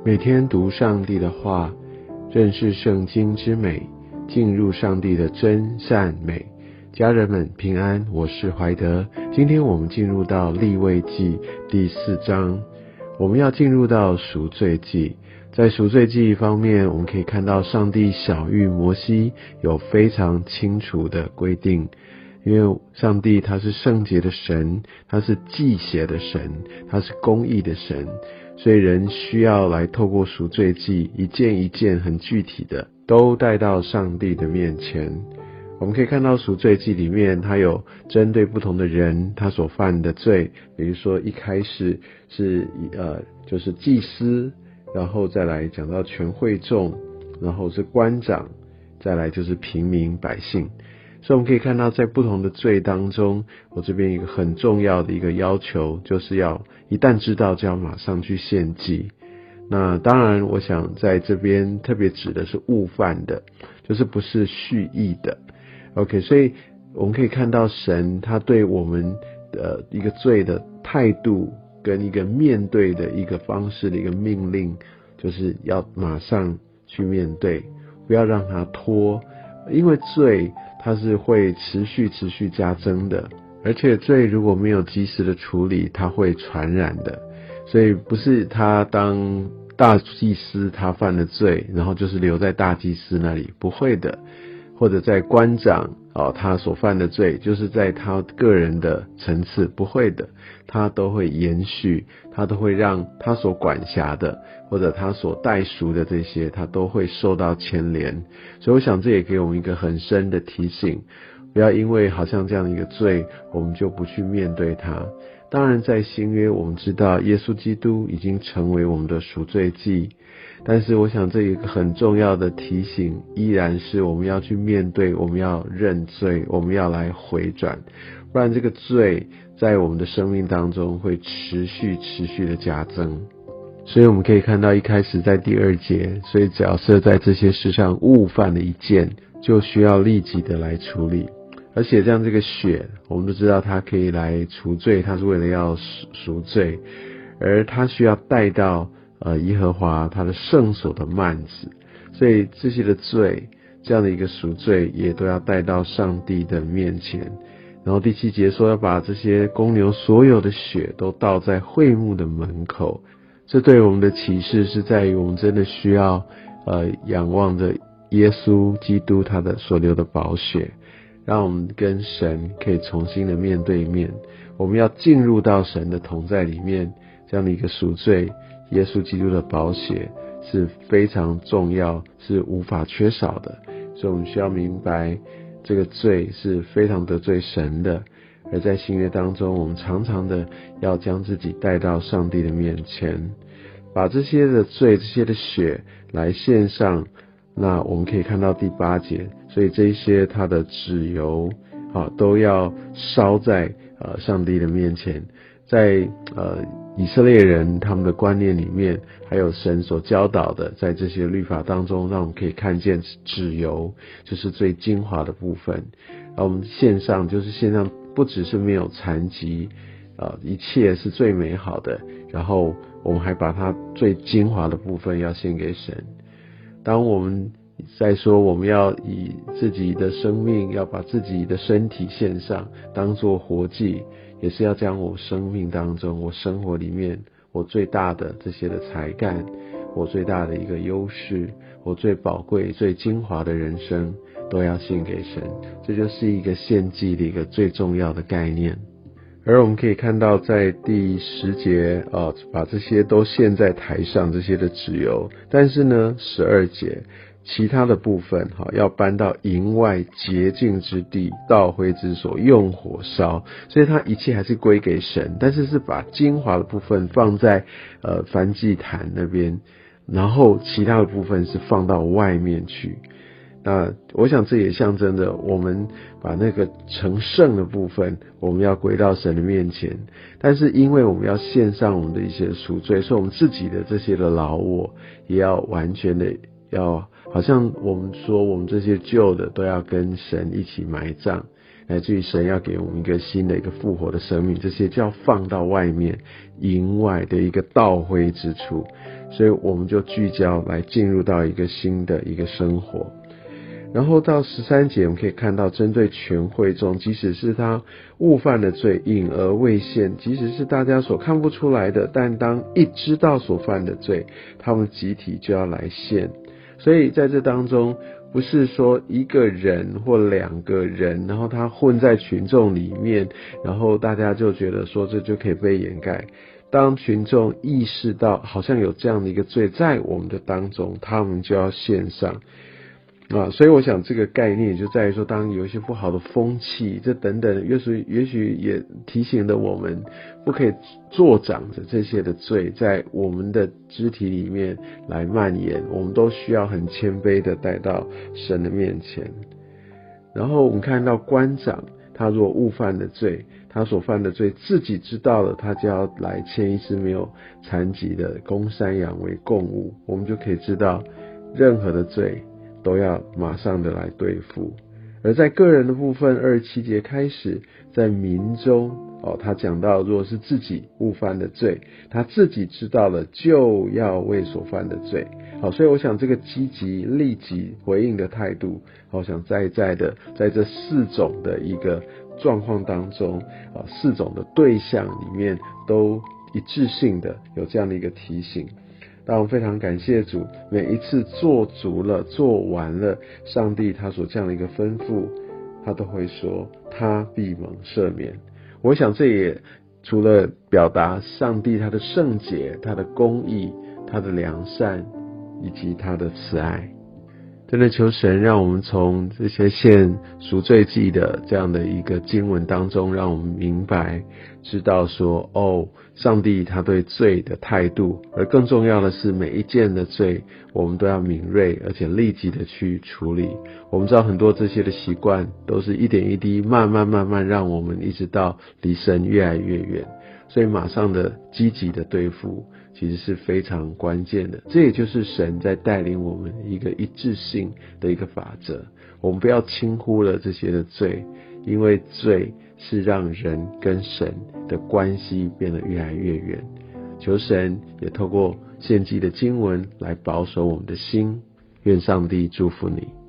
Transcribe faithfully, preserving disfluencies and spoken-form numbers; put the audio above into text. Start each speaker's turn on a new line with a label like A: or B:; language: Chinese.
A: 每天读上帝的话，认识圣经之美，进入上帝的真善美。家人们平安，我是怀德。今天我们进入到利未记第四章，我们要进入到赎罪记。在赎罪记方面，我们可以看到上帝晓谕摩西有非常清楚的规定，因为上帝他是圣洁的神，他是祭血的神，他是公义的神，所以人需要来透过赎罪记一件一件很具体的都带到上帝的面前。我们可以看到赎罪记里面它有针对不同的人他所犯的罪，比如说一开始是呃就是祭司，然后再来讲到全会众，然后是官长，再来就是平民百姓。所以我们可以看到在不同的罪当中，我这边一个很重要的一个要求，就是要一旦知道就要马上去献祭。那当然我想在这边特别指的是误犯的，就是不是蓄意的。 OK， 所以我们可以看到神他对我们的一个罪的态度跟一个面对的一个方式的一个命令，就是要马上去面对，不要让它拖，因为罪它是会持续持续加增的，而且罪如果没有及时的处理，它会传染的。所以不是他当大祭司他犯了罪，然后就是留在大祭司那里，不会的。或者在官长哦，他所犯的罪就是在他个人的层次，不会的，他都会延续，他都会让他所管辖的或者他所代赎的这些，他都会受到牵连。所以我想这也给我们一个很深的提醒，不要因为好像这样的一个罪我们就不去面对它。当然在新约我们知道耶稣基督已经成为我们的赎罪祭，但是我想这一个很重要的提醒依然是我们要去面对，我们要认罪，我们要来回转，不然这个罪在我们的生命当中会持续持续的加增。所以我们可以看到一开始在第二节，所以假设在这些事上误犯了一件，就需要立即的来处理。而且像这个血我们都知道它可以来除罪，它是为了要赎罪，而它需要带到呃耶和华他的圣所的幔子，所以这些的罪这样的一个赎罪也都要带到上帝的面前。然后第七节说要把这些公牛所有的血都倒在会幕的门口，这对我们的启示是在于我们真的需要呃仰望着耶稣基督他的所流的宝血，让我们跟神可以重新的面对面，我们要进入到神的同在里面，这样的一个赎罪，耶稣基督的宝血是非常重要，是无法缺少的。所以我们需要明白这个罪是非常得罪神的，而在新约当中我们常常的要将自己带到上帝的面前，把这些的罪这些的血来献上。那我们可以看到第八节，所以这一些它的脂油啊都要烧在呃上帝的面前。在呃以色列人他们的观念里面，还有神所教导的，在这些律法当中，让我们可以看见脂油就是最精华的部分。然后我们献上就是献上不只是没有残疾，呃一切是最美好的，然后我们还把它最精华的部分要献给神。当我们在说我们要以自己的生命，要把自己的身体献上当作活祭，也是要将我生命当中我生活里面我最大的这些的才干，我最大的一个优势，我最宝贵最精华的人生都要献给神。这就是一个献祭的一个最重要的概念。而我们可以看到在第十节啊，把这些都献在台上，这些的脂油。但是呢十二节其他的部分哈，要搬到营外洁净之地，到灰之所用火烧。所以它一切还是归给神，但是是把精华的部分放在呃燔祭坛那边，然后其他的部分是放到外面去。那我想这也象征着我们把那个成圣的部分我们要归到神的面前，但是因为我们要献上我们的一些赎罪，所以我们自己的这些的老我也要完全的要好像我们说我们这些旧的都要跟神一起埋葬，乃至于神要给我们一个新的一个复活的生命，这些就要放到外面营外的一个倒灰之处。 所以我们就聚焦来进入到一个新的一个生活。然后到十三节，我们可以看到针对全会众，即使是他误犯的罪，隐而未现，即使是大家所看不出来的，但当一知道所犯的罪，他们集体就要来现。所以在这当中，不是说一个人或两个人，然后他混在群众里面，然后大家就觉得说这就可以被掩盖。当群众意识到好像有这样的一个罪在我们的当中，他们就要献上啊，所以我想这个概念就在于说，当有一些不好的风气，这等等，也许也许也提醒了我们，不可以助长着这些的罪在我们的肢体里面来蔓延。我们都需要很谦卑的带到神的面前。然后我们看到官长，他若误犯的罪，他所犯的罪自己知道了，他就要来牵一只没有残疾的公山羊为供物。我们就可以知道，任何的罪都要马上的来对付。而在个人的部分，二十七节开始，在民中哦，他讲到，如果是自己误犯的罪，他自己知道了，就要为所犯的罪。好，所以我想这个积极立即回应的态度，好想在在的在这四种的一个状况当中啊，四种的对象里面都一致性的有这样的一个提醒。但我非常感谢主，每一次做足了做完了，上帝他所这样的一个吩咐，他都会说他必蒙赦免。我想这也除了表达上帝他的圣洁，他的公义，他的良善以及他的慈爱。真的求神让我们从这些献赎罪祭的这样的一个经文当中，让我们明白知道说，哦，上帝他对罪的态度，而更重要的是每一件的罪我们都要敏锐而且立即的去处理。我们知道很多这些的习惯都是一点一滴慢慢慢慢让我们一直到离神越来越远，所以马上的积极的对付其实是非常关键的。这也就是神在带领我们一个一致性的一个法则。我们不要轻忽了这些的罪，因为罪是让人跟神的关系变得越来越远。求神也透过献祭的经文来保守我们的心，愿上帝祝福你。